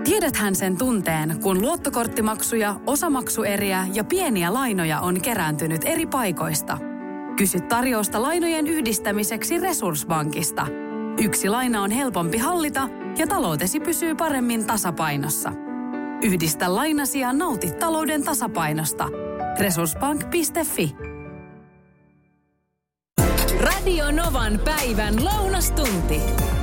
Tiedäthän sen tunteen, kun luottokorttimaksuja, osamaksueriä ja pieniä lainoja on kerääntynyt eri paikoista. Kysy tarjousta lainojen yhdistämiseksi Resurssbankista. Yksi laina on helpompi hallita ja taloutesi pysyy paremmin tasapainossa. Yhdistä lainasi ja nauti talouden tasapainosta. Resurssbank.fi. Radio Novan päivän lounastunti.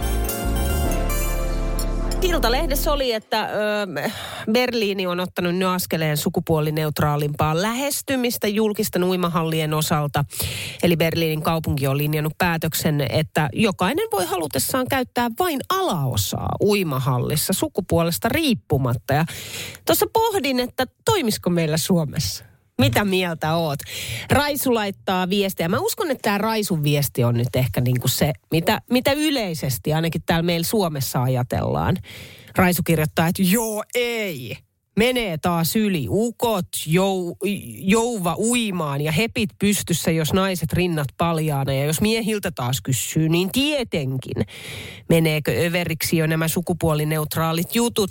Iltalehdessä oli, että Berliini on ottanut nyt askeleen sukupuolineutraalimpaa lähestymistä julkisten uimahallien osalta. Eli Berliinin kaupunki on linjannut päätöksen, että jokainen voi halutessaan käyttää vain alaosaa uimahallissa sukupuolesta riippumatta. Ja tuossa pohdin, että toimisiko meillä Suomessa? Mitä mieltä oot? Raisu laittaa viestiä. Mä uskon, että tämä Raisun viesti on nyt ehkä niinku se, mitä yleisesti ainakin täällä meillä Suomessa ajatellaan. Raisu kirjoittaa, että joo ei. Menee taas yli. Ukot jouva uimaan ja hepit pystyssä, jos naiset rinnat paljaana. Ja jos miehiltä taas kysyy, niin tietenkin. Meneekö överiksi jo nämä sukupuolineutraalit jutut?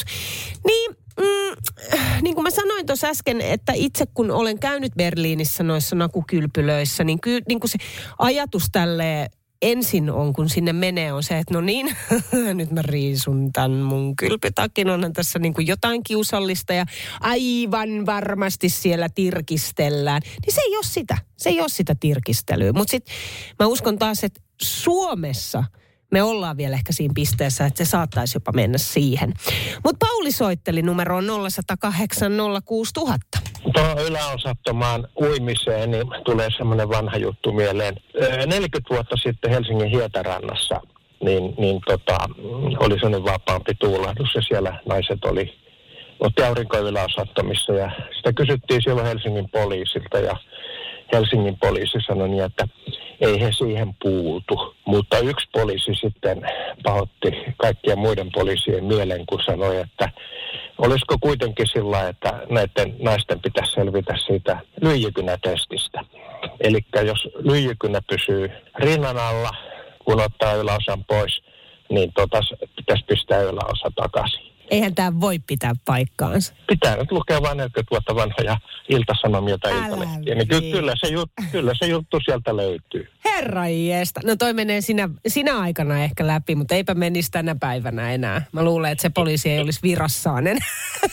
Niin kuin mä sanoin tuossa äsken, että itse kun olen käynyt Berliinissä noissa nakukylpylöissä, niin kyllä niin kuin se ajatus tälleen ensin on, kun sinne menee, on se, että no niin, nyt mä riisun tämän mun kylpytakin, onhan tässä niin kuin jotain kiusallista ja aivan varmasti siellä tirkistellään. Niin se ei ole sitä tirkistelyä. Mutta sitten mä uskon taas, että Suomessa me ollaan vielä ehkä siinä pisteessä, että se saattaisi jopa mennä siihen. Mutta Pauli soitteli numeroon 0108 06000. Tuohon yläosattomaan uimiseen niin tulee semmoinen vanha juttu mieleen. 40 vuotta sitten Helsingin Hietarannassa oli semmoinen vapaampi tuulahdus ja siellä naiset otti aurinkoyläosattomissa ja sitä kysyttiin silloin Helsingin poliisilta ja Helsingin poliisi sanoi niin, että ei he siihen puutu. Mutta yksi poliisi sitten pahoitti kaikkien muiden poliisien mielen, kun sanoi, että olisiko kuitenkin sillä, että näiden naisten pitäisi selvitä siitä lyijykynätestistä. Eli jos lyijykynä pysyy rinnan alla, kun ottaa yläosan pois, niin pitäisi pistää yläosa takaisin. Eihän tämä voi pitää paikkaansa. Pitää nyt lukea vain 40 vuotta vanhoja iltasanomia tai iltalehtiä. Niin kyllä se juttu sieltä löytyy. Herra jeesta. No toi menee sinä aikana ehkä läpi, mutta eipä menisi tänä päivänä enää. Mä luulen, että se poliisi ei olisi virassaan enää.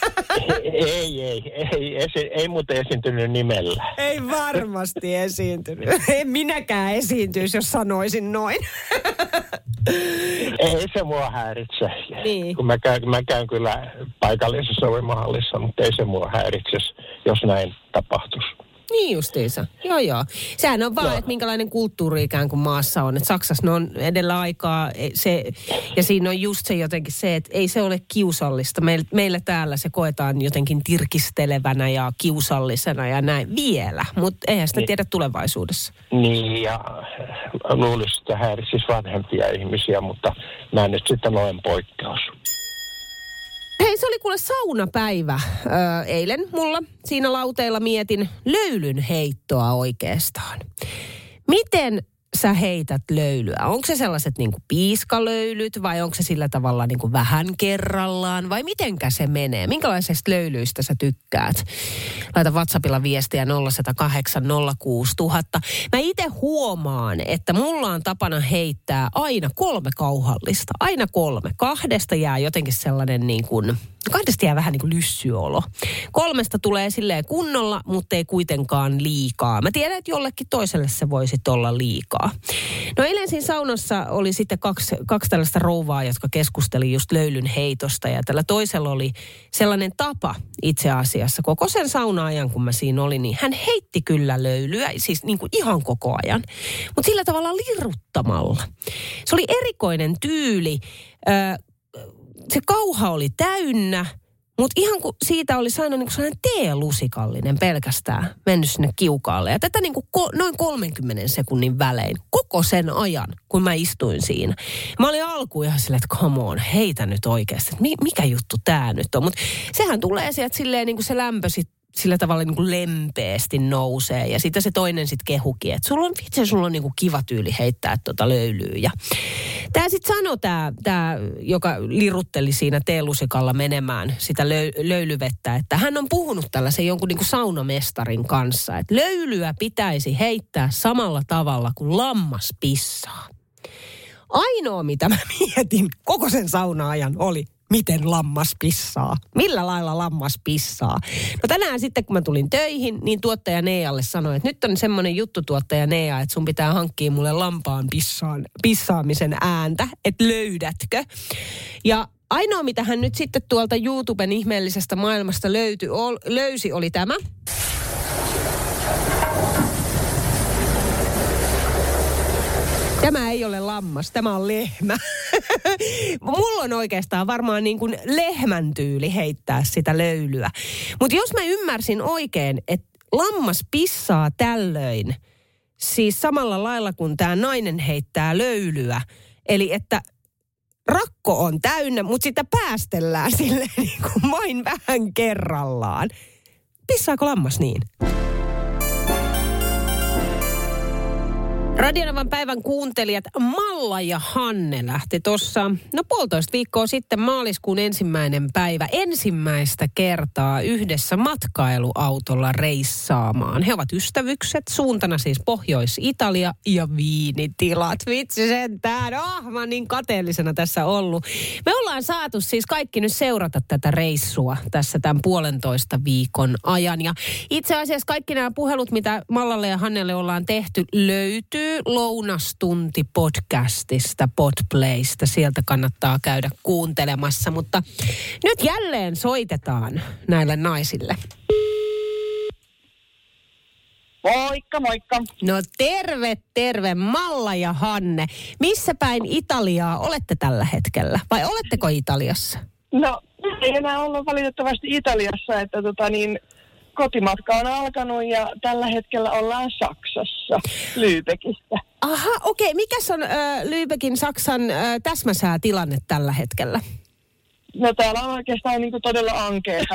Ei muuten esiintynyt nimellä. Ei varmasti esiintynyt. En minäkään esiintyisi, jos sanoisin noin. Ei se mua häiritse. Niin. Kun mä käyn kyllä paikallisessa uimahallissa, mutta ei se mua häiritse, jos näin tapahtuisi. Niin justiinsa. Joo. Sehän on vaan, että minkälainen kulttuuri ikään kuin maassa on. Että Saksassa ne on edellä aikaa ja siinä on just se jotenkin se, että ei se ole kiusallista. Meillä täällä se koetaan jotenkin tirkistelevänä ja kiusallisena ja näin vielä. Mutta eihän sitä tiedä tulevaisuudessa. Niin ja luulisin, että häiritsisi vanhempia ihmisiä, mutta mä nyt sitten olen poikkeus. Hei, se oli kuule saunapäivä eilen mulla. Siinä lauteilla mietin löylyn heittoa oikeastaan. Miten sä heität löylyä? Onko se sellaiset niinku piiskalöylyt vai onko se sillä tavalla niinku vähän kerrallaan vai mitenkä se menee? Minkälaisesta löylyistä sä tykkäät? Laita WhatsAppilla viestiä 0108 06000. Mä itse huomaan, että mulla on tapana heittää aina 3 kauhallista. Aina 3. 2 jää jotenkin sellainen niin kuin, 2 jää vähän niin kuin lyssyolo. 3 tulee silleen kunnolla, mutta ei kuitenkaan liikaa. Mä tiedän, että jollekin toiselle se voi sitten olla liikaa. No eilen siinä saunassa oli sitten kaksi tällaista rouvaa, jotka keskusteli just löylyn heitosta. Ja tällä toisella oli sellainen tapa itse asiassa. Koko sen sauna-ajan, kun mä siinä olin, niin hän heitti kyllä löylyä, siis niin kuin ihan koko ajan. Mutta sillä tavalla liruttamalla. Se oli erikoinen tyyli. Se kauha oli täynnä, mutta ihan kuin siitä olisi aina niin sellainen teelusikallinen pelkästään mennyt sinne kiukaalle. Ja tätä niin kuin noin 30 sekunnin välein, koko sen ajan, kun mä istuin siinä. Mä olin alkuun ihan silleen, että come on, heitä nyt oikeasti, että mikä juttu tää nyt on. Mutta sehän tulee sieltä silleen, niin kuin se lämpö sillä tavalla niin kuin lempeästi nousee. Ja sitten se toinen sitten kehukin, että sulla on niin kuin kiva tyyli heittää löylyä. Ja tämä sitten sanoi tämä, joka lirutteli siinä teelusikalla menemään sitä löylyvettä, että hän on puhunut tällaisen jonkun niin kuin saunamestarin kanssa, että löylyä pitäisi heittää samalla tavalla kuin lammas pissaa. Ainoa, mitä mä mietin koko sen sauna-ajan oli, miten lammas pissaa. Millä lailla lammas pissaa? No tänään sitten, kun mä tulin töihin, niin tuottaja Nealle sanoi, että nyt on semmoinen juttu tuottaja Nea, että sun pitää hankkia mulle lampaan pissaamisen ääntä, että löydätkö? Ja ainoa, mitä hän nyt sitten tuolta YouTuben ihmeellisestä maailmasta löysi, oli tämä. Tämä ei ole lammas, tämä on lehmä. Mulla on oikeastaan varmaan niin kuin lehmän tyyli heittää sitä löylyä. Mutta jos mä ymmärsin oikein, että lammas pissaa tällöin, siis samalla lailla kuin tämä nainen heittää löylyä, eli että rakko on täynnä, mutta sitä päästellään silleen niin kuin vain vähän kerrallaan. Pissaako lammas niin? Radionovan päivän kuuntelijat Malla ja Hanne lähti tuossa 1,5 viikkoa sitten maaliskuun 1. päivä ensimmäistä kertaa yhdessä matkailuautolla reissaamaan. He ovat ystävykset, suuntana siis Pohjois-Italia ja viinitilat. Vitsi sentään, mä oon niin kateellisena tässä ollut. Me ollaan saatu siis kaikki nyt seurata tätä reissua tässä tämän 1,5 viikon ajan. Ja itse asiassa kaikki nämä puhelut, mitä Mallalle ja Hannelle ollaan tehty, löytyy Lounastunti podcastista, Podplaysta. Sieltä kannattaa käydä kuuntelemassa, mutta nyt jälleen soitetaan näille naisille. Moikka, moikka. No terve Malla ja Hanne. Missä päin Italiaa olette tällä hetkellä? Vai oletteko Italiassa? No, ei enää olla valitettavasti Italiassa, että kotimatka on alkanut ja tällä hetkellä ollaan Saksassa, Lübeckissä. Aha, okei. Mikäs on Lübeckin Saksan täsmäsäätilanne tällä hetkellä? No täällä on oikeastaan todella ankeeta.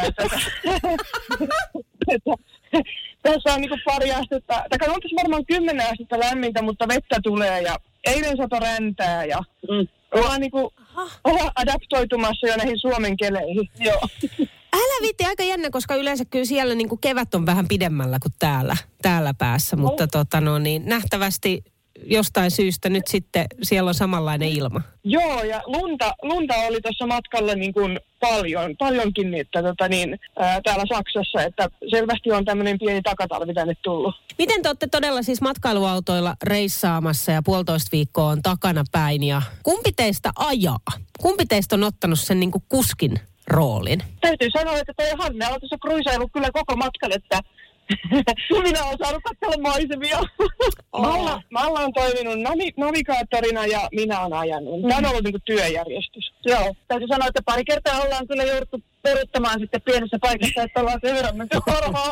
Tässä on pari astetta, tai on tässä varmaan 10 astetta lämmintä, mutta vettä tulee ja eilen sato räntää ja ollaan adaptoitumassa jo näihin Suomen keleihin. Joo. Älä viitti, aika jännä, koska yleensä kyllä siellä kevät on vähän pidemmällä kuin täällä päässä, mutta nähtävästi jostain syystä nyt sitten siellä on samanlainen ilma. Joo, ja lunta oli tuossa matkalla paljonkin täällä Saksassa, että selvästi on tämmöinen pieni takatalvi tänne tullut. Miten te olette todella siis matkailuautoilla reissaamassa ja 1,5 viikkoa on takana päin ja kumpi teistä ajaa? Kumpi teistä on ottanut sen kuskin roolin? Täytyy sanoa, että toi Hanne on tuossa kruisailu kyllä koko matkan, että minä olen saanut katsella maisemia. Malla on toiminut navigaattorina ja minä olen ajanut. Tämä on ollut työjärjestys. Joo, täytyy sanoa, että pari kertaa ollaan kyllä jouduttu peruuttamaan sitten pienessä paikassa, että ollaan sen verran menty harhaa.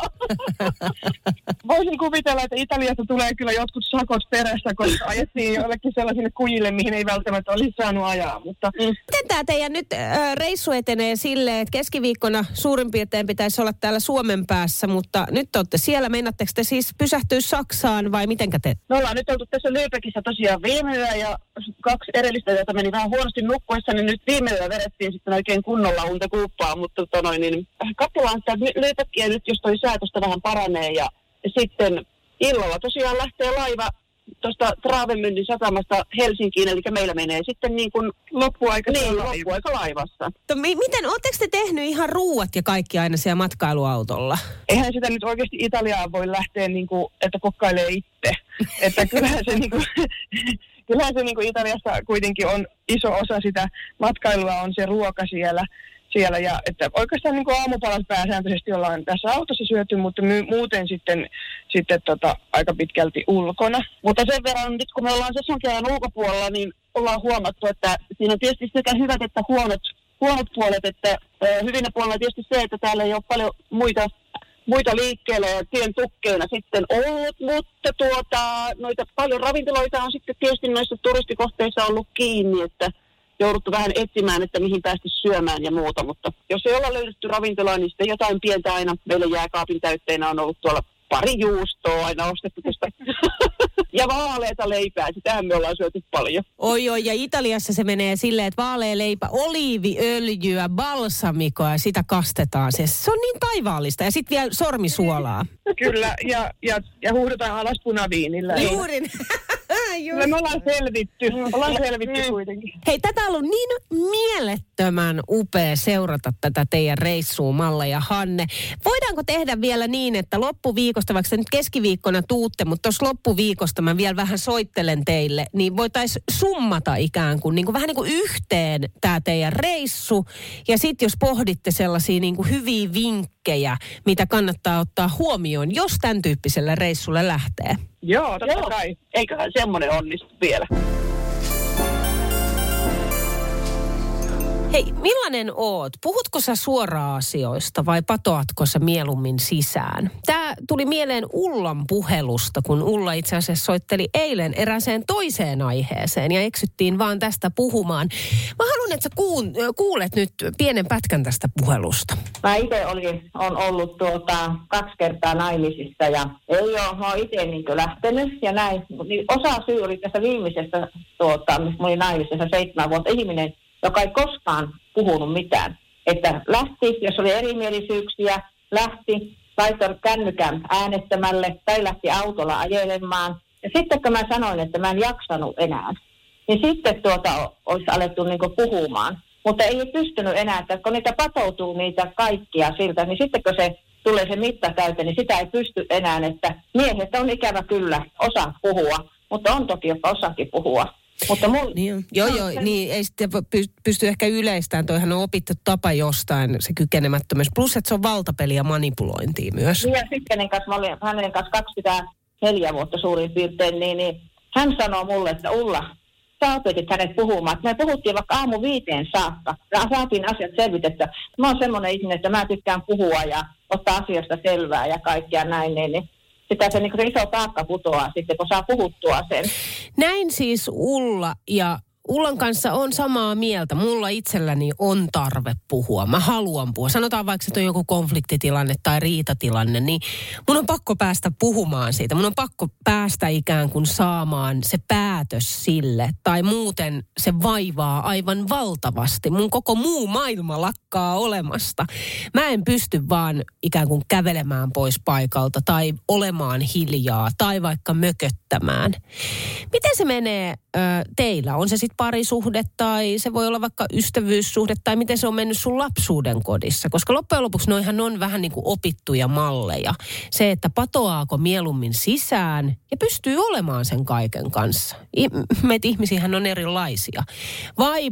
Voisin kuvitella, että Italiasta tulee kyllä jotkut sakot perässä, koska ajettiin jollekin sellaisille kujille, mihin ei välttämättä olisi saanut ajaa. Mutta miten tämä teidän nyt reissu etenee silleen, että keskiviikkona suurin piirtein pitäisi olla täällä Suomen päässä, mutta nyt olette siellä. Meinaatteko te siis pysähtyä Saksaan vai mitenkä te? Me ollaan nyt oltu tässä Lübeckissä tosiaan viime yö ja 2 edellistä yötä meni vähän huonosti nukkuessa, niin nyt viime yö vedettiin sitten oikein kunnolla unta kuuppaa, mutta katsellaan sitä Lübeckiä nyt, jos toi säätöstä vähän paranee ja sitten illalla tosiaan lähtee laiva tuosta Travemündin satamasta Helsinkiin, eli meillä menee sitten loppuaika laivassa. Miten, ootteko te tehnyt ihan ruuat ja kaikki aina siellä matkailuautolla? Eihän sitä nyt oikeasti Italiaan voi lähteä, että kokkailee itse. Että kyllähän se Italiassa kuitenkin on iso osa sitä matkailua, on se ruoka siellä ja että oikeastaan aamupalat pääsääntöisesti ollaan tässä autossa syöty, mutta muuten sitten aika pitkälti ulkona. Mutta sen verran nyt kun me ollaan sesonkiajan ulkopuolella, niin ollaan huomattu, että siinä on tietysti sekä hyvät että huonot puolet, että hyvinä puolella tietysti se, että täällä ei ole paljon muita liikkeelle ja tien tukkeina sitten ollut, mutta noita paljon ravintoloita on sitten tietysti noissa turistikohteissa ollut kiinni, että jouduttu vähän etsimään, että mihin päästä syömään ja muuta. Mutta jos ei olla löydetty ravintolaa, niin sitten jotain pientä aina. Meillä jääkaapin täytteinä on ollut tuolla pari juustoa aina ostettu tuosta. Ja vaaleita leipää, sitähän me ollaan syöty paljon. Oi, ja Italiassa se menee silleen, että vaalea leipä, oliiviöljyä, balsamikoa ja sitä kastetaan. Se on niin taivaallista. Ja sitten vielä sormisuolaa. Kyllä, ja huuhdotaan alas punaviinillä. Juuri. Me ollaan selvitty kuitenkin. Hei, tätä on ollut niin mielettömän upea seurata tätä teidän reissua, Malla ja Hanne. Voidaanko tehdä vielä niin, että loppuviikosta, vaikka te nyt keskiviikkona tuutte, mutta tuossa loppuviikosta mä vielä vähän soittelen teille, niin voitaisiin summata ikään kuin vähän niin kuin yhteen tämä teidän reissu. Ja sitten jos pohditte sellaisia niin kuin hyviä vinkkejä, mitä kannattaa ottaa huomioon, jos tämän tyyppiselle reissulle lähtee. Joo, totta kai. Eiköhän semmoinen onnistu vielä. Hei, millainen oot? Puhutko sä suoraan asioista vai patoatko sä mieluummin sisään? Tää tuli mieleen Ullan puhelusta, kun Ulla itse asiassa soitteli eilen erääseen toiseen aiheeseen ja eksyttiin vaan tästä puhumaan. Mä haluan, että sä kuulet nyt pienen pätkän tästä puhelusta. Mä itse on ollut 2 kertaa naimisissa ja mä oon itse lähtenyt ja näin. Osa syy oli tässä viimeisestä, missä mä olin naimisissa 7 vuotta, ihminen, joka ei koskaan puhunut mitään. Että lähti, jos oli erimielisyyksiä, laittoi kännykän äänettämälle tai lähti autolla ajelemaan. Ja sitten kun mä sanoin, että mä en jaksanut enää, niin sitten olisi alettu puhumaan. Mutta ei pystynyt enää, että kun niitä patoutuu niitä kaikkia siltä, niin sitten kun se tulee se mitta täyteen, niin sitä ei pysty enää, että miehet on ikävä kyllä osaa puhua, mutta on toki jopa osaakin puhua. Mutta niin ei sitten pysty ehkä yleistämään, toihan on opittu tapa jostain, se kykenemättömyys. Plus, että se on valtapeli ja manipulointia myös. Ja sitten mä olin hänen kanssa 24 vuotta suurin piirtein, niin hän sanoo mulle, että Ulla, sä opetit hänet puhumaan. Me puhuttiin vaikka aamu 5 saakka. Saatiin asiat selvitettyä. Mä oon semmoinen ihminen, että mä tykkään puhua ja ottaa asioista selvää ja kaikkea näin, niin sitä se iso taakka putoaa sitten, kun saa puhuttua sen. Näin siis Ulla, ja Ullan kanssa on samaa mieltä. Mulla itselläni on tarve puhua. Mä haluan puhua. Sanotaan vaikka, että on joku konfliktitilanne tai riitatilanne, niin mun on pakko päästä puhumaan siitä. Mun on pakko päästä ikään kuin saamaan se päätös sille. Tai muuten se vaivaa aivan valtavasti. Mun koko muu maailma lakkaa olemasta. Mä en pysty vaan ikään kuin kävelemään pois paikalta tai olemaan hiljaa tai vaikka mököttämään. Miten se menee teillä? On se sitten parisuhde tai se voi olla vaikka ystävyyssuhde tai miten se on mennyt sun lapsuuden kodissa? Koska loppujen lopuksi noihan on vähän niin kuin opittuja malleja. Se, että patoaako mieluummin sisään ja pystyy olemaan sen kaiken kanssa. Meitä ihmisiähän on erilaisia. Vai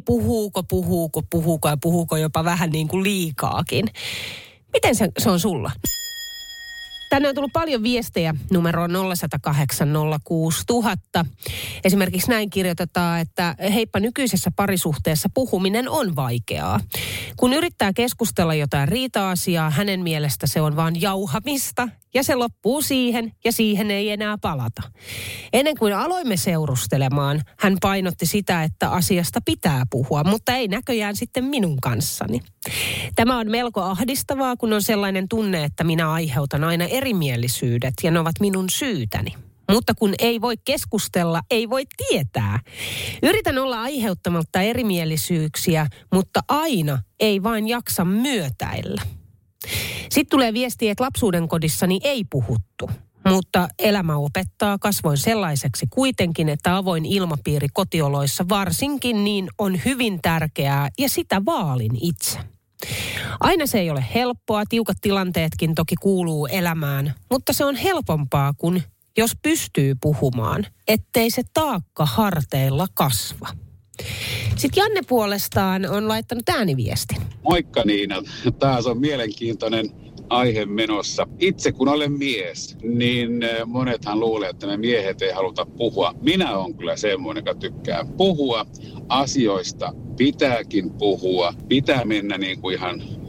puhuuko jopa vähän niin kuin liikaakin. Miten se on sulla? Tänne on tullut paljon viestejä numeroon 0108 06000. Esimerkiksi näin kirjoitetaan, että heippa, nykyisessä parisuhteessa puhuminen on vaikeaa. Kun yrittää keskustella jotain riita-asiaa, hänen mielestä se on vaan jauhamista ja se loppuu siihen ja siihen ei enää palata. Ennen kuin aloimme seurustelemaan, hän painotti sitä, että asiasta pitää puhua, mutta ei näköjään sitten minun kanssani. Tämä on melko ahdistavaa, kun on sellainen tunne, että minä aiheutan aina erimielisyydet ja ne ovat minun syytäni. Mutta kun ei voi keskustella, ei voi tietää. Yritän olla aiheuttamatta erimielisyyksiä, mutta aina ei vain jaksa myötäillä. Sitten tulee viestiä, että lapsuuden kodissani ei puhuttu. Mutta elämä opettaa, kasvoin sellaiseksi kuitenkin, että avoin ilmapiiri kotioloissa varsinkin niin on hyvin tärkeää ja sitä vaalin itse. Aina se ei ole helppoa, tiukat tilanteetkin toki kuuluu elämään, mutta se on helpompaa kuin jos pystyy puhumaan, ettei se taakka harteilla kasva. Sitten Janne puolestaan on laittanut ääniviestin. Moikka Niina, taas on mielenkiintoinen aihe menossa. Itse kun olen mies, niin monethan luulee, että me miehet ei haluta puhua. Minä olen kyllä semmoinen, joka tykkää puhua. Asioista pitääkin puhua. Pitää mennä niin kuin ihan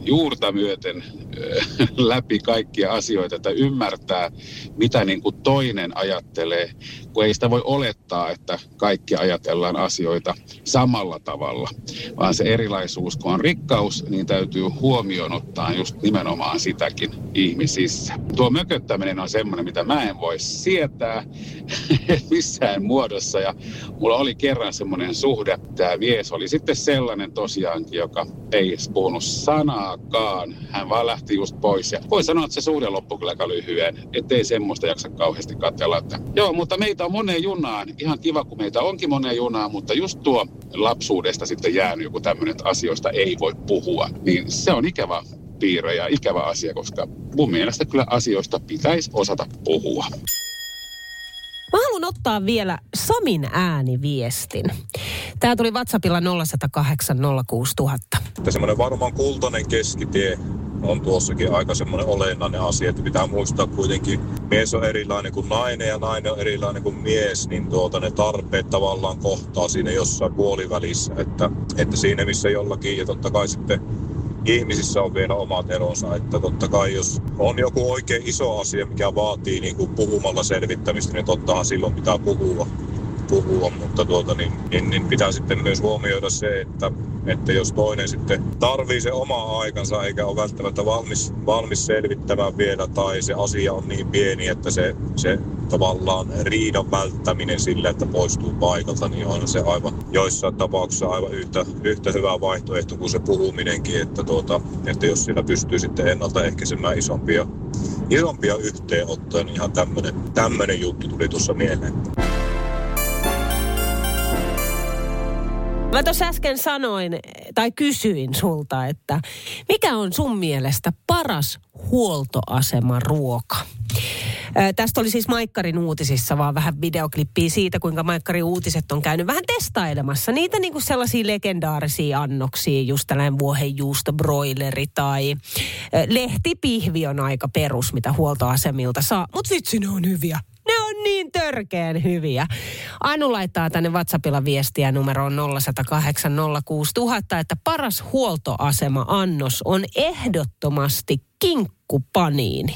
juurta myöten läpi kaikkia asioita, että ymmärtää, mitä niin kuin toinen ajattelee, kun ei sitä voi olettaa, että kaikki ajatellaan asioita samalla tavalla, vaan se erilaisuus, kun on rikkaus, niin täytyy huomioon ottaa just nimenomaan sitäkin ihmisissä. Tuo mököttäminen on semmoinen, mitä mä en voi sietää missään muodossa, ja mulla oli kerran semmoinen suhde, tämä mies oli sitten sellainen tosiaankin, joka ei puhunut sanaakaan. Hän vaan lähti just pois. Ja voin sanoa, että se suhde loppui kyllä aika lyhyen. Ettei semmoista jaksa kauheasti katsella. Että joo, mutta meitä on moneen junaan. Ihan kiva, kun meitä onkin moneen junaan. Mutta just tuo lapsuudesta sitten jäänyt joku tämmöinen, että asioista ei voi puhua. Niin se on ikävä piirre ja ikävä asia, koska mun mielestä kyllä asioista pitäisi osata puhua. Mä haluan ottaa vielä Samin ääniviestin. Tää tuli WhatsAppilla 0108 06000. Semmoinen varmaan kultainen keskitie on tuossakin aika semmoinen olennainen asia, että pitää muistaa kuitenkin, mies on erilainen kuin nainen ja nainen on erilainen kuin mies, niin ne tarpeet tavallaan kohtaa siinä jossain puolivälissä, että siinä missä jollakin ja totta kai sitten ihmisissä on vielä omat eronsa, että totta kai jos on joku oikein iso asia, mikä vaatii niin kuin puhumalla selvittämistä, niin tottahan silloin pitää puhua, mutta niin pitää sitten myös huomioida se, että jos toinen sitten tarvii se oma aikansa eikä ole välttämättä valmis selvittämään vielä tai se asia on niin pieni, että se tavallaan riidan välttäminen sillä, että poistuu paikalta, niin on se aivan joissain tapauksissa aivan yhtä hyvä vaihtoehto kuin se puhuminenkin, että jos sillä pystyy sitten ennaltaehkäisemään isompia yhteenottoja, niin ihan tämmöinen juttu tuli tuossa mieleen. Mä tuossa äsken sanoin tai kysyin sulta, että mikä on sun mielestä paras huoltoasemaruoka? Tästä oli siis Maikkarin uutisissa vaan vähän videoklippiä siitä, kuinka Maikkarin uutiset on käynyt vähän testailemassa. Niitä niinku sellaisia legendaarisia annoksia, just tällainen vuohenjuusto, broileri tai lehtipihvi on aika perus, mitä huoltoasemilta saa. Mut vitsi, ne on hyviä. Ne on niin törkeän hyviä. Anu laittaa tänne WhatsAppilla viestiä numeroon 0108 06000, että paras huoltoasema-annos on ehdottomasti kinkkupaniini.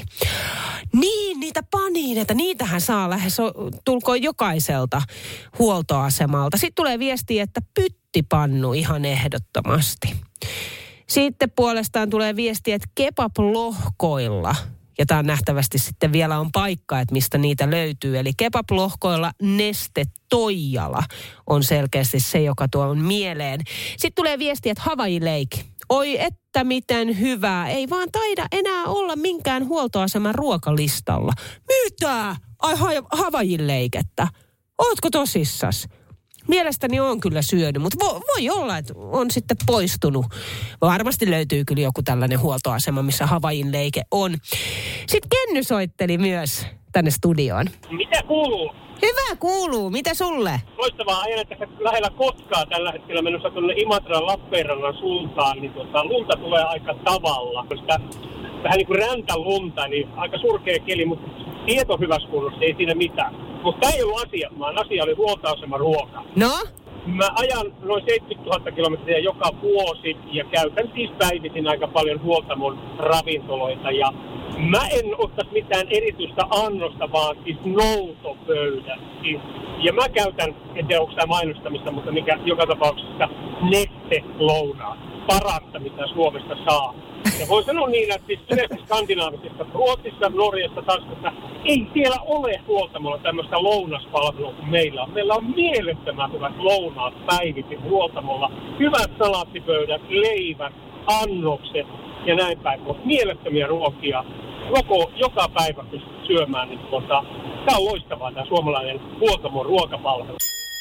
Niin, niitä paniineita, niitähän saa lähes tulkoon jokaiselta huoltoasemalta. Sitten tulee viesti, että pyttipannu ihan ehdottomasti. Sitten puolestaan tulee viesti, että kebab-lohkoilla, ja tämä nähtävästi sitten vielä on paikka, että mistä niitä löytyy. Eli kebab-lohkoilla Neste Toijala on selkeästi se, joka tuo on mieleen. Sitten tulee viesti, että Hawaii Lake. Oi että miten hyvää. Ei vaan taida enää olla minkään huoltoaseman ruokalistalla. Mitä? Ai Hawaii Lakeetta. Ootko tosissas? Mielestäni on kyllä syönyt, mutta voi olla, että on sitten poistunut. Varmasti löytyy kyllä joku tällainen huoltoasema, missä Hawaiin Lake on. Sitten Kenny soitteli myös tänne studioon. Mitä kuuluu? Hyvä kuuluu. Mitä sulle? Loistavaa. Ajan tässä lähellä Kotkaa tällä hetkellä menossa tuonne Imatran Lappeenrannan suuntaan, niin lunta tulee aika tavalla. Sitä vähän niin kuin räntälunta, niin aika surkea keli, mutta tieto hyvässä kunnossa, ei siinä mitään. Mutta tämä ei ollut asia, vaan asia oli huoltoaseman ruoka. No? Mä ajan noin 70 000 kilometriä joka vuosi ja käytän siis päivisin aika paljon huoltamon ravintoloita. Ja mä en ottaisi mitään erityistä annosta, vaan siis noutopöydän. Ja mä käytän, en tiedä onko tämä mainostamista, mutta mikä joka tapauksessa Neste-lounaa. Parasta, mitä Suomesta saa. Ja voi sanoa niin, että siis yleensä skandinaavisesta, Ruotsissa, Norjassa, Tanskassa, ei siellä ole huoltamolla tämmöistä lounaspalvelua kuin meillä on. Meillä on mielettömän hyvät lounaat päivisin huoltamolla. Hyvät salaattipöydät, leivät, annokset ja näin päin. Mutta mielettömiä ruokia. Joka päivä pystyt syömään. Niin tämä on loistavaa, tämä suomalainen huoltamon ruokapalvelu.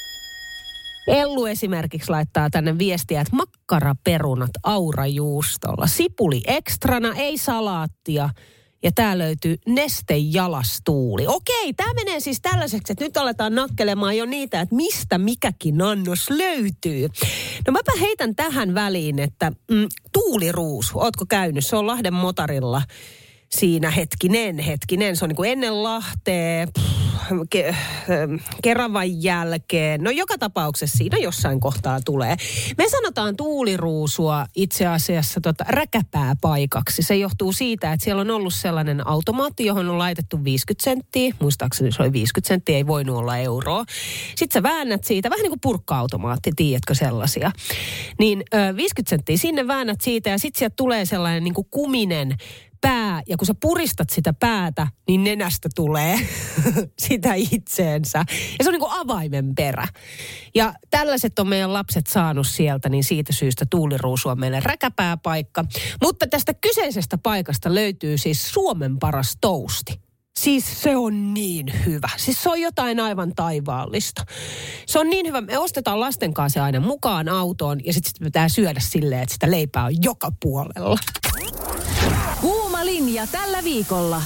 Ellu esimerkiksi laittaa tänne viestiä, että makkaraperunat aurajuustolla. Sipuli ekstrana, ei salaattia. Ja tää löytyy Neste jalastuuli. Okei, tää menee siis tällaiseksi, että nyt aletaan nakkelemaan jo niitä, että mistä mikäkin annos löytyy. No mäpä heitän tähän väliin, että tuuliruusu, ootko käynyt? Se on Lahden motarilla. siinä hetkinen. Se on niin kuin ennen Lahtea, Keravan jälkeen. No joka tapauksessa siinä jossain kohtaa tulee. Me sanotaan tuuliruusua itse asiassa räkäpääpaikaksi. Se johtuu siitä, että siellä on ollut sellainen automaatti, johon on laitettu 50 senttiä. Muistaakseni se oli 50 senttiä, ei voinut olla euroa. Sitten sä väännät siitä, vähän niin kuin purkka-automaatti, tiedätkö sellaisia. Niin 50 senttiä sinne väännät siitä ja sitten sieltä tulee sellainen niin kuin kuminen pää, ja kun sä puristat sitä päätä, niin nenästä tulee sitä itseensä. Ja se on niin kuin avaimen perä. Ja tällaiset on meidän lapset saanut sieltä, niin siitä syystä tuuliruusu on meille räkäpääpaikka. Mutta tästä kyseisestä paikasta löytyy siis Suomen paras tousti. Siis se on niin hyvä. Siis se on jotain aivan taivaallista. Se on niin hyvä. Me ostetaan lasten kanssa aina mukaan autoon ja sitten pitää syödä silleen, että sitä leipää on joka puolella. Kuuma linja tällä viikolla.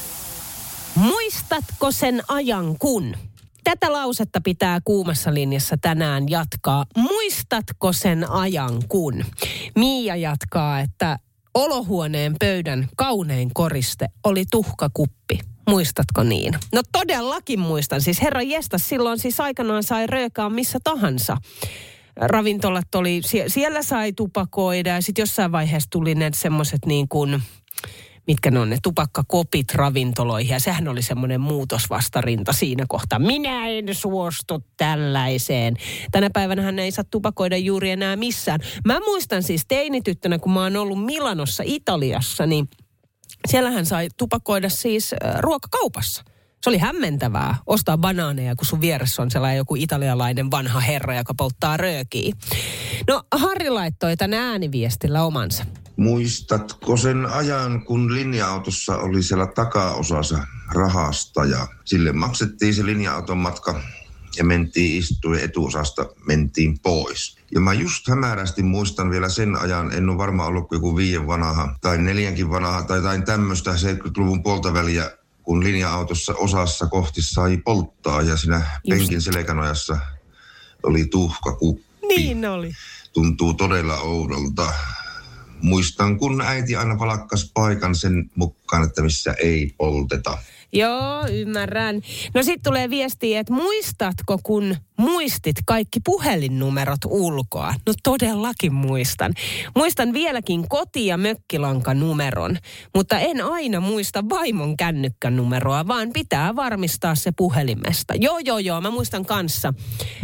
Muistatko sen ajan kun? Tätä lausetta pitää kuumassa linjassa tänään jatkaa. Muistatko sen ajan kun? Miia jatkaa, että olohuoneen pöydän kaunein koriste oli tuhkakuppi. Muistatko niin? No todellakin muistan. Siis herra jestas, silloin siis aikanaan sai röökaa missä tahansa. Ravintolat oli, siellä sai tupakoida ja sitten jossain vaiheessa tuli ne semmoiset niin kuin, mitkä ne on ne tupakkakopit ravintoloihin. Ja sehän oli semmoinen muutosvastarinta siinä kohtaa. Minä en suostu tällaiseen. Tänä päivänähän ei saa tupakoida juuri enää missään. Mä muistan siis teinityttönä, kun mä oon ollut Milanossa Italiassa, niin siellähän sai tupakoida siis ruokakaupassa. Se oli hämmentävää ostaa banaaneja, kun sun vieressä on sellainen joku italialainen vanha herra, joka polttaa röökiä. No Harri laittoi tämän ääniviestillä omansa. Muistatko sen ajan, kun linja-autossa oli siellä takaosassa rahasta ja sille maksettiin se linja-auton matka ja mentiin istuin etuosasta, mentiin pois. Ja mä just hämärästi muistan vielä sen ajan, en ole varmaan ollut joku 5 vanha tai 4 vanha tai jotain tämmöistä 70-luvun puoltaväliä, kun linja-autossa osassa kohti sai polttaa ja siinä penkin selkänojassa oli tuhkakuppi. Niin oli. Tuntuu todella oudolta. Muistan, kun äiti aina valakkas paikan sen mukaan, että missä ei polteta. Joo, ymmärrän. No sit tulee viestiä, että muistatko, kun muistit kaikki puhelinnumerot ulkoa? No todellakin muistan. Muistan vieläkin koti- ja mökkilankanumeron, mutta en aina muista vaimon kännykkänumeroa, vaan pitää varmistaa se puhelimesta. Joo, mä muistan kanssa.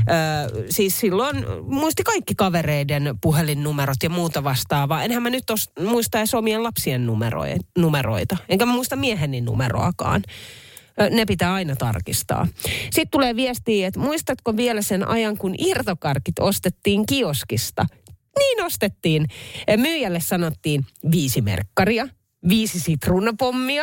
Siis silloin muisti kaikki kavereiden puhelinnumerot ja muuta vastaavaa. Enhän mä nyt muista edes omien lapsien numeroita. Enkä mä muista mieheni numeroakaan. Ne pitää aina tarkistaa. Sitten tulee viestiä, että muistatko vielä sen ajan, kun irtokarkit ostettiin kioskista? Niin ostettiin. Myyjälle sanottiin 5 merkkaria, 5 sitruunapommia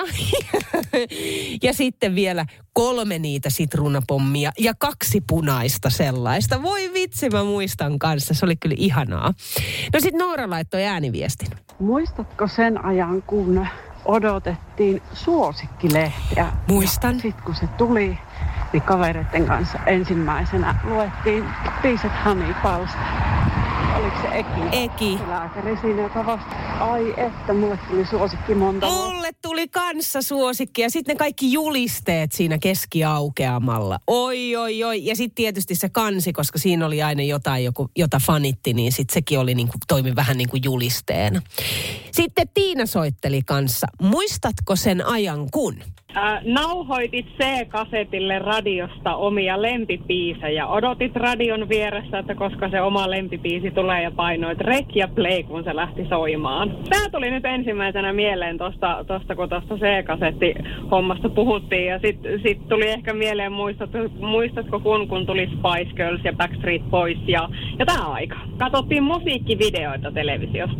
ja sitten vielä 3 niitä sitruunapommia ja 2 punaista sellaista. Voi vitsi, mä muistan kanssa. Se oli kyllä ihanaa. No sitten Noora laittoi ääniviestin. Muistatko sen ajan, kun odotettiin suosikkilehteä? Muistan. Sitten kun se tuli, niin kavereiden kanssa ensimmäisenä luettiin Piiset Honeypalsta. Oliko se Eki? Se lääkäri siinä, joka vastasi, ai että, mulle tuli suosikki monta vuotta. Mulle tuli kanssa suosikki ja sitten ne kaikki julisteet siinä keskiaukeamalla. Oi. Ja sitten tietysti se kansi, koska siinä oli aina jotain, jota fanitti, niin sitten sekin oli toimi vähän niin kuin julisteena. Sitten Tiina soitteli kanssa. Muistatko sen ajan kun? Nauhoitit C-kasetille radiosta omia lempibiisejä. Odotit radion vieressä, että koska se oma lempibiisi tulee ja painoit rec ja play, kun se lähti soimaan. Tämä tuli nyt ensimmäisenä mieleen tosta kun tuosta C-kasetti-hommasta puhuttiin. Ja sit tuli ehkä mieleen, muistatko kun tuli Spice Girls ja Backstreet Boys ja tämä aika. Katsottiin musiikkivideoita televisiosta.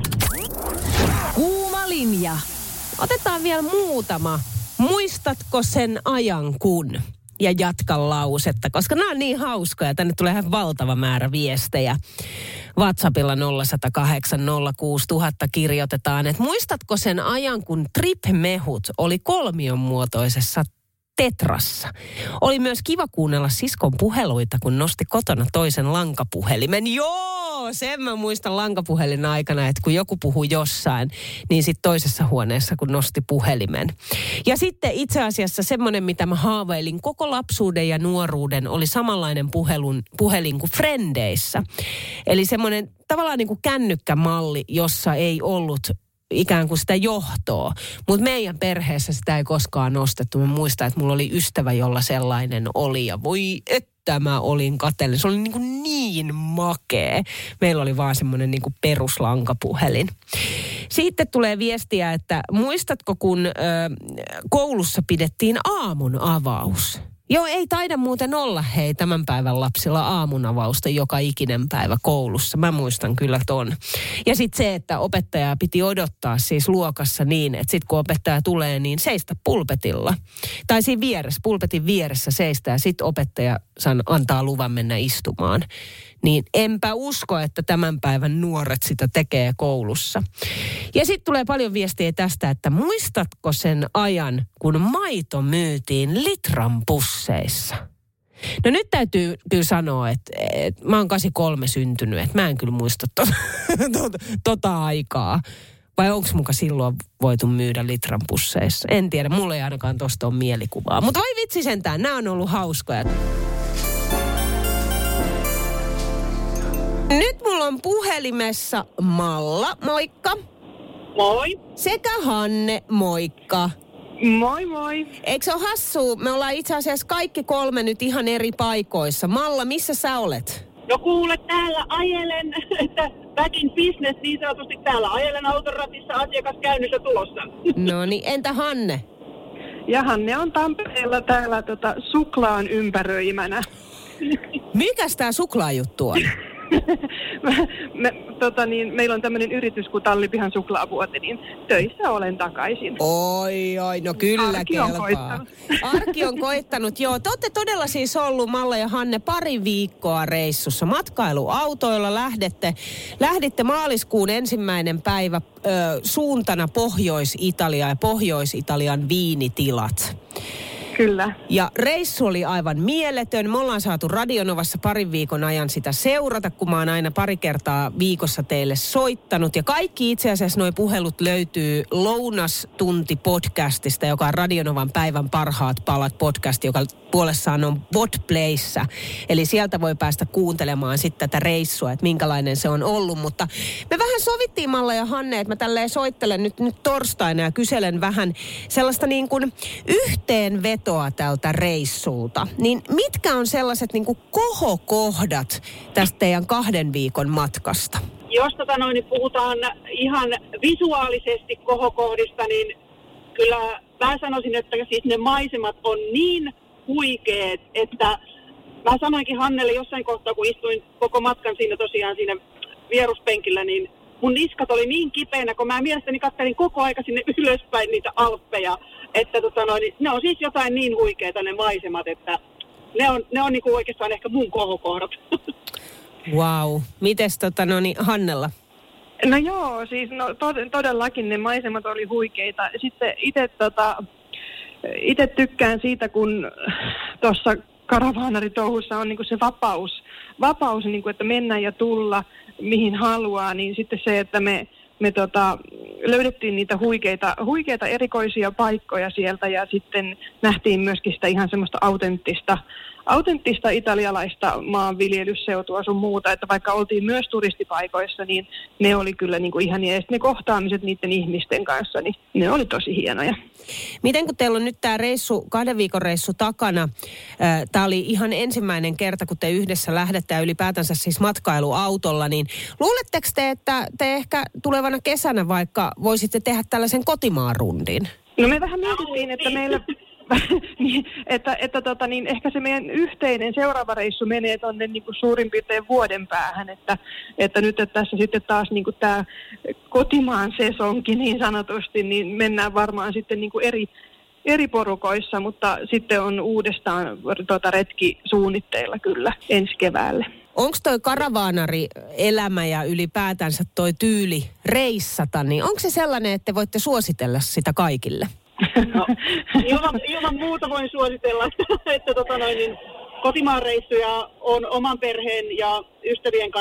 Kuuma linja. Otetaan vielä muutama. Muistatko sen ajan kun? Ja jatka lausetta, koska nämä on niin hauskoja. Tänne tulee ihan valtava määrä viestejä. WhatsAppilla 0108 06000 kirjoitetaan, että muistatko sen ajan, kun Trip-mehut oli kolmionmuotoisessa tetrassa. Oli myös kiva kuunnella siskon puheluita, kun nosti kotona toisen lankapuhelimen. Joo, Joo, sen mä muistan lankapuhelin aikana, että kun joku puhui jossain, niin sitten toisessa huoneessa, kun nosti puhelimen. Ja sitten itse asiassa semmoinen, mitä mä haaveilin koko lapsuuden ja nuoruuden, oli samanlainen puhelin kuin Frendeissä. Eli semmoinen tavallaan niin kuin kännykkämalli, jossa ei ollut ikään kuin sitä johtoa. Mutta meidän perheessä sitä ei koskaan nostettu. Mä muistan, että mulla oli ystävä, jolla sellainen oli. Ja voi että mä olin katsellinen. Se oli niin makea. Meillä oli vaan semmoinen niin kuin peruslankapuhelin. Sitten tulee viestiä, että muistatko, kun koulussa pidettiin aamun avaus? Joo, ei taida muuten olla hei tämän päivän lapsilla aamunavausta joka ikinen päivä koulussa. Mä muistan kyllä ton. Ja sitten se, että opettajaa piti odottaa siis luokassa niin, että sitten kun opettaja tulee, niin seistä pulpetilla. Tai siinä vieressä, pulpetin vieressä seistä ja sitten opettaja antaa luvan mennä istumaan. Niin enpä usko, että tämän päivän nuoret sitä tekee koulussa. Ja sitten tulee paljon viestiä tästä, että muistatko sen ajan, kun maito myytiin litran pusseissa? No nyt täytyy kyllä sanoa, että mä oon 83 syntynyt, että mä en kyllä muista tota aikaa. Vai onko muka silloin voitu myydä litran pusseissa? En tiedä, mulla ei ainakaan tosta ole mielikuvaa. Mutta vai vitsi sentään, nämä on ollut hauskoja. Nyt mulla on puhelimessa Malla, moikka. Moi. Sekä Hanne, moikka. Moi moi. Eikö se ole hassua? Me ollaan itse asiassa kaikki kolme nyt ihan eri paikoissa. Malla, missä sä olet? No kuule, täällä ajelen, että back in business niin sanotusti täällä ajelen autoratissa asiakaskäynnissä tulossa. No niin, entä Hanne? Ja Hanne on Tampereella täällä suklaan ympäröimänä. Mikäs tää suklaajuttu on? Meillä on tämmöinen yritys kuin Tallipihan suklaavuote, niin töissä olen takaisin. Oi, no kyllä Arki on kelpaa. koittanut. Arki on koittanut, joo. Te olette todella siis ollut, Malla ja Hanne, pari viikkoa reissussa. Matkailuautoilla lähditte maaliskuun 1. päivä suuntana Pohjois-Italia ja Pohjois-Italian viinitilat. Kyllä. Ja reissu oli aivan mieletön. Me ollaan saatu Radionovassa parin viikon ajan sitä seurata, kun mä oon aina pari kertaa viikossa teille soittanut. Ja kaikki itse asiassa nuo puhelut löytyy Lounastunti-podcastista, joka on Radionovan päivän parhaat palat podcast, joka puolessaan on Podplayssä. Eli sieltä voi päästä kuuntelemaan sitten tätä reissua, että minkälainen se on ollut. Mutta me vähän sovittiin, Malla ja Hanne, että mä tälleen soittelen nyt torstaina ja kyselen vähän sellaista niin kuin yhteenvetoa tältä reissulta. Niin mitkä on sellaiset niin kuin kohokohdat tästä teidän 2 viikon matkasta? Jos niin puhutaan ihan visuaalisesti kohokohdista, niin kyllä mä sanoisin, että siis ne maisemat on niin huikeet, että mä sanoinkin Hannelle jossain kohtaa, kun istuin koko matkan siinä tosiaan siinä vieruspenkillä, niin mun niskat oli niin kipeänä, kun mä mielestäni katselin koko aika sinne ylöspäin niitä alppeja, että ne on siis jotain niin huikeita ne maisemat, että ne on niinku oikeastaan ehkä mun kohokohdat. Wow. Mites Hannella? No joo, siis todellakin ne maisemat oli huikeita. Sitten itse tykkään siitä, kun tuossa karavaanaritouhussa on niinku se vapaus niinku, että mennä ja tulla mihin haluaa, niin sitten se, että me löydettiin niitä huikeita erikoisia paikkoja sieltä ja sitten nähtiin myöskin sitä ihan semmoista autenttista italialaista maanviljelysseutua sun muuta, että vaikka oltiin myös turistipaikoissa, niin ne oli kyllä niin kuin ihania. Ja sitten ne kohtaamiset niiden ihmisten kanssa, niin ne oli tosi hienoja. Miten kun teillä on nyt tämä 2 viikon reissu takana, tämä oli ihan ensimmäinen kerta, kun te yhdessä lähdette ja ylipäätänsä siis matkailuautolla, niin luuletteko te, että te ehkä tulevana kesänä vaikka voisitte tehdä tällaisen kotimaarundin? No me vähän mietittiin, että meillä... että ehkä se meidän yhteinen seuraava reissu menee tuonne niin kuin suurin piirtein vuoden päähän, että nyt että tässä sitten taas niin kuin tämä kotimaan sesonki niin sanotusti, niin mennään varmaan sitten niin kuin eri porukoissa, mutta sitten on uudestaan retki suunnitteilla kyllä ensi keväälle. Onko toi karavaanari-elämä ja ylipäätänsä toi tyyli reissata, niin onko se sellainen, että te voitte suositella sitä kaikille? No, ilman muuta voin suositella, että niin kotimaan reissuja on oman perheen ja ystävien kanssa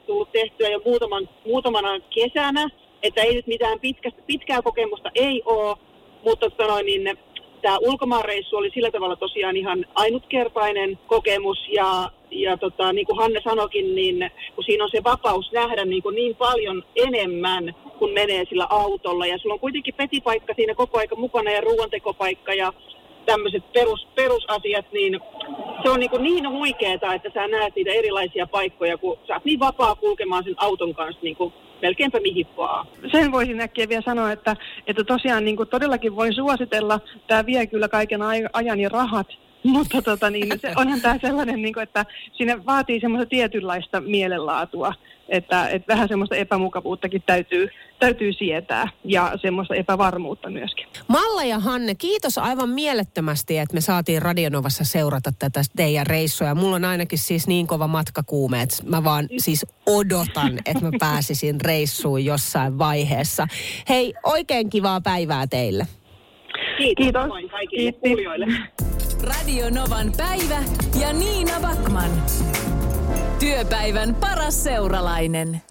tullut tehtyä jo muutamana kesänä, että ei nyt mitään pitkää kokemusta ei ole, mutta tämä ulkomaanreissu oli sillä tavalla tosiaan ihan ainutkertainen kokemus ja niin kuin Hanne sanoikin, niin kun siinä on se vapaus nähdä niin paljon enemmän, kun menee sillä autolla ja sulla on kuitenkin petipaikka siinä koko aika mukana ja ruoantekopaikka ja tämmöiset perusasiat, niin se on niin huikeeta, että sä näet niitä erilaisia paikkoja, kun sä oot niin vapaa kulkemaan sen auton kanssa niin kuin melkeinpä mihin vaan. Sen voisin äkkiä vielä sanoa, että tosiaan niin kuin todellakin voin suositella. Tämä vie kyllä kaiken ajan ja rahat, mutta se onhan tämä sellainen, niin kuin, että siinä vaatii semmoista tietynlaista mielenlaatua, että vähän semmoista epämukavuuttakin täytyy sietää ja semmoista epävarmuutta myöskin. Malla ja Hanne, kiitos aivan mielettömästi, että me saatiin Radionovassa seurata tätä teidän reissua. Mulla on ainakin siis niin kova matkakuume, että mä vaan siis odotan, että mä pääsisin reissuun jossain vaiheessa. Hei, oikein kivaa päivää teille. Kiitos kaikille kuulijoille. Radio Novan päivä ja Niina Backman. Työpäivän paras seuralainen.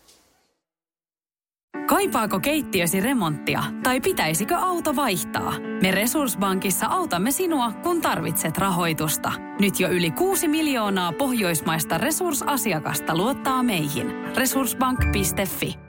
Kaipaako keittiösi remonttia tai pitäisikö auto vaihtaa? Me Resurssbankissa autamme sinua, kun tarvitset rahoitusta. Nyt jo yli 6 miljoonaa pohjoismaista resursasiakasta luottaa meihin. Resurssbank.fi